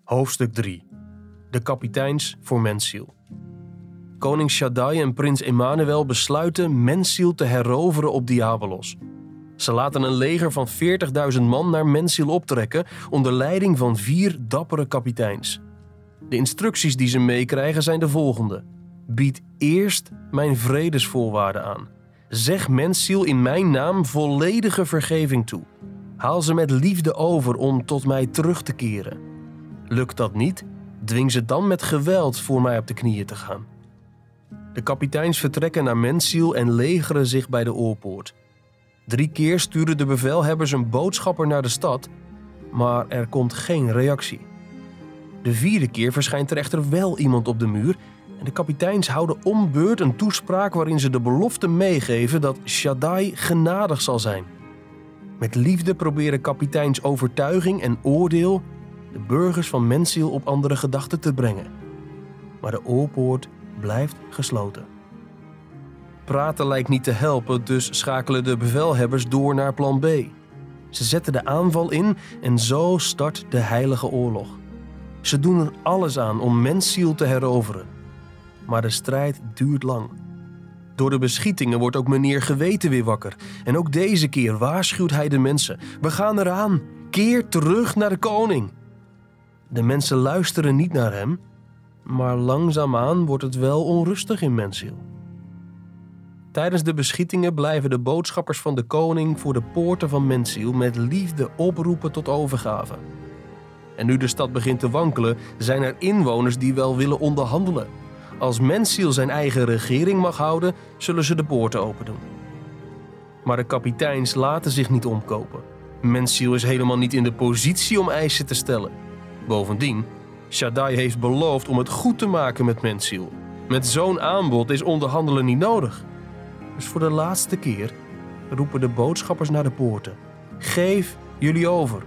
Hoofdstuk 3. De kapiteins voor Mensiel. Koning Shaddai en prins Emanuel besluiten Mensiel te heroveren op Diabolos. Ze laten een leger van 40.000 man naar Mensiel optrekken onder leiding van 4 dappere kapiteins. De instructies die ze meekrijgen zijn de volgende. Bied eerst mijn vredesvoorwaarden aan. Zeg Mensiel in mijn naam volledige vergeving toe. Haal ze met liefde over om tot mij terug te keren. Lukt dat niet, dwing ze dan met geweld voor mij op de knieën te gaan. De kapiteins vertrekken naar Mensiel en legeren zich bij de oorpoort. 3 keer sturen de bevelhebbers een boodschapper naar de stad, maar er komt geen reactie. De 4e keer verschijnt er echter wel iemand op de muur en de kapiteins houden om beurt een toespraak waarin ze de belofte meegeven dat Shaddai genadig zal zijn. Met liefde proberen kapiteins overtuiging en oordeel de burgers van Mensiel op andere gedachten te brengen. Maar de oorpoort blijft gesloten. Praten lijkt niet te helpen, dus schakelen de bevelhebbers door naar plan B. Ze zetten de aanval in en zo start de heilige oorlog. Ze doen er alles aan om Mensiel te heroveren. Maar de strijd duurt lang. Door de beschietingen wordt ook meneer Geweten weer wakker. En ook deze keer waarschuwt hij de mensen. We gaan eraan. Keer terug naar de koning. De mensen luisteren niet naar hem. Maar langzaamaan wordt het wel onrustig in Mensiel. Tijdens de beschietingen blijven de boodschappers van de koning voor de poorten van Mensiel met liefde oproepen tot overgave. En nu de stad begint te wankelen, zijn er inwoners die wel willen onderhandelen. Als Mensiel zijn eigen regering mag houden, zullen ze de poorten open doen. Maar de kapiteins laten zich niet omkopen. Mensiel is helemaal niet in de positie om eisen te stellen. Bovendien, Shaddai heeft beloofd om het goed te maken met Mensiel. Met zo'n aanbod is onderhandelen niet nodig. Dus voor de laatste keer roepen de boodschappers naar de poorten. Geef jullie over.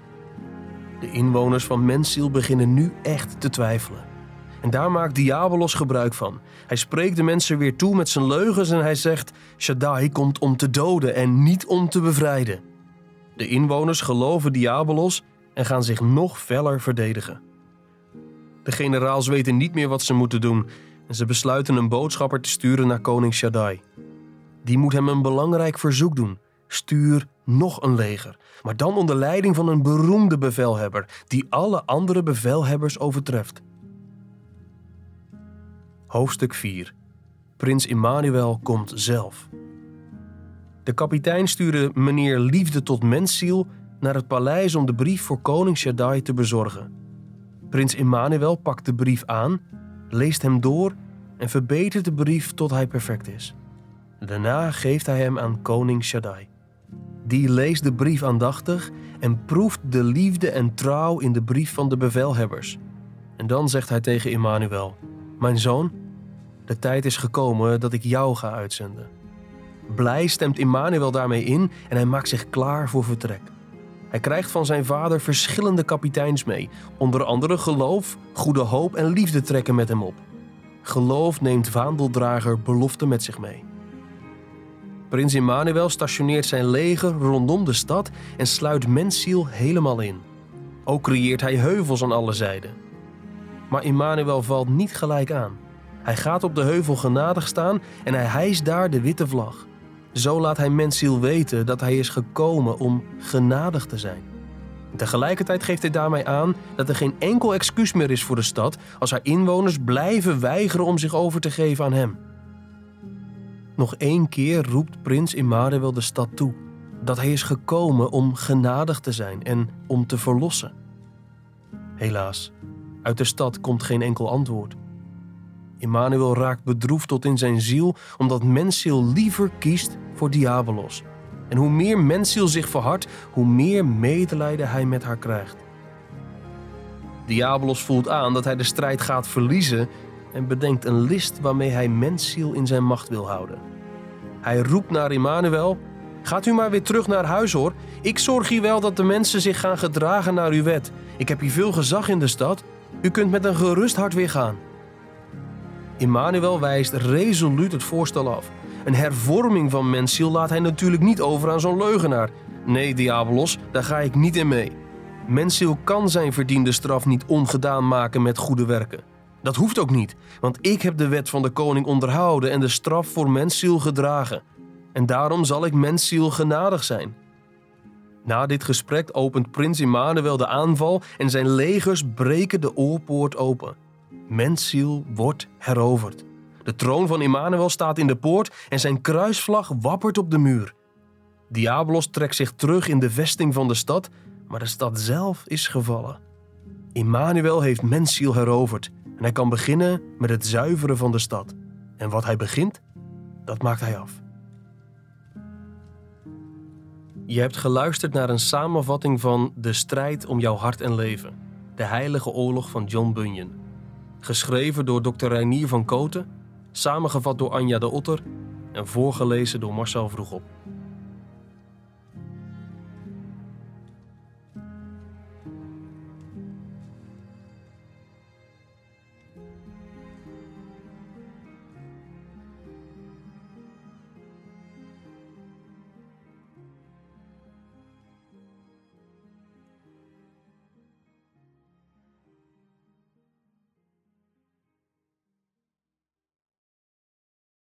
De inwoners van Mensiel beginnen nu echt te twijfelen. En daar maakt Diabolos gebruik van. Hij spreekt de mensen weer toe met zijn leugens en hij zegt: Shaddai komt om te doden en niet om te bevrijden. De inwoners geloven Diabolos en gaan zich nog feller verdedigen. De generaals weten niet meer wat ze moeten doen en ze besluiten een boodschapper te sturen naar koning Shaddai. Die moet hem een belangrijk verzoek doen. Stuur nog een leger, maar dan onder leiding van een beroemde bevelhebber die alle andere bevelhebbers overtreft. Hoofdstuk 4. Prins Emanuel komt zelf. De kapitein stuurde meneer Liefde tot Mensiel naar het paleis om de brief voor koning Shaddai te bezorgen. Prins Emanuel pakt de brief aan, leest hem door en verbetert de brief tot hij perfect is. Daarna geeft hij hem aan koning Shaddai. Die leest de brief aandachtig en proeft de liefde en trouw in de brief van de bevelhebbers. En dan zegt hij tegen Emanuel: Mijn zoon, de tijd is gekomen dat ik jou ga uitzenden. Blij stemt Emanuel daarmee in en hij maakt zich klaar voor vertrek. Hij krijgt van zijn vader verschillende kapiteins mee. Onder andere geloof, goede hoop en liefde trekken met hem op. Geloof neemt vaandeldrager belofte met zich mee. Prins Emanuel stationeert zijn leger rondom de stad en sluit Mensiel helemaal in. Ook creëert hij heuvels aan alle zijden. Maar Emanuel valt niet gelijk aan. Hij gaat op de heuvel genadig staan en hij hijst daar de witte vlag. Zo laat hij Mensiel weten dat hij is gekomen om genadig te zijn. Tegelijkertijd geeft hij daarmee aan dat er geen enkel excuus meer is voor de stad als haar inwoners blijven weigeren om zich over te geven aan hem. Nog 1 keer roept prins Emanuel de stad toe dat hij is gekomen om genadig te zijn en om te verlossen. Helaas, uit de stad komt geen enkel antwoord. Emanuel raakt bedroefd tot in zijn ziel omdat Mensiel liever kiest voor Diabolos. En hoe meer Mensiel zich verhardt, hoe meer medelijden hij met haar krijgt. Diabolos voelt aan dat hij de strijd gaat verliezen en bedenkt een list waarmee hij Mensiel in zijn macht wil houden. Hij roept naar Emanuel: Gaat u maar weer terug naar huis hoor. Ik zorg hier wel dat de mensen zich gaan gedragen naar uw wet. Ik heb hier veel gezag in de stad. U kunt met een gerust hart weer gaan. Emanuel wijst resoluut het voorstel af. Een hervorming van Mensiel laat hij natuurlijk niet over aan zo'n leugenaar. Nee, Diabolos, daar ga ik niet in mee. Mensiel kan zijn verdiende straf niet ongedaan maken met goede werken. Dat hoeft ook niet, want ik heb de wet van de koning onderhouden en de straf voor Mensiel gedragen. En daarom zal ik Mensiel genadig zijn. Na dit gesprek opent prins Immanuel de aanval en zijn legers breken de oorpoort open. Mensiel wordt heroverd. De troon van Immanuel staat in de poort en zijn kruisvlag wappert op de muur. Diabolos trekt zich terug in de vesting van de stad, maar de stad zelf is gevallen. Immanuel heeft Mensiel heroverd en hij kan beginnen met het zuiveren van de stad. En wat hij begint, dat maakt hij af. Je hebt geluisterd naar een samenvatting van De strijd om jouw hart en leven. De heilige oorlog van John Bunyan. Geschreven door Dr. Reinier van Koten, samengevat door Anja de Otter en voorgelezen door Marcel Vroegop.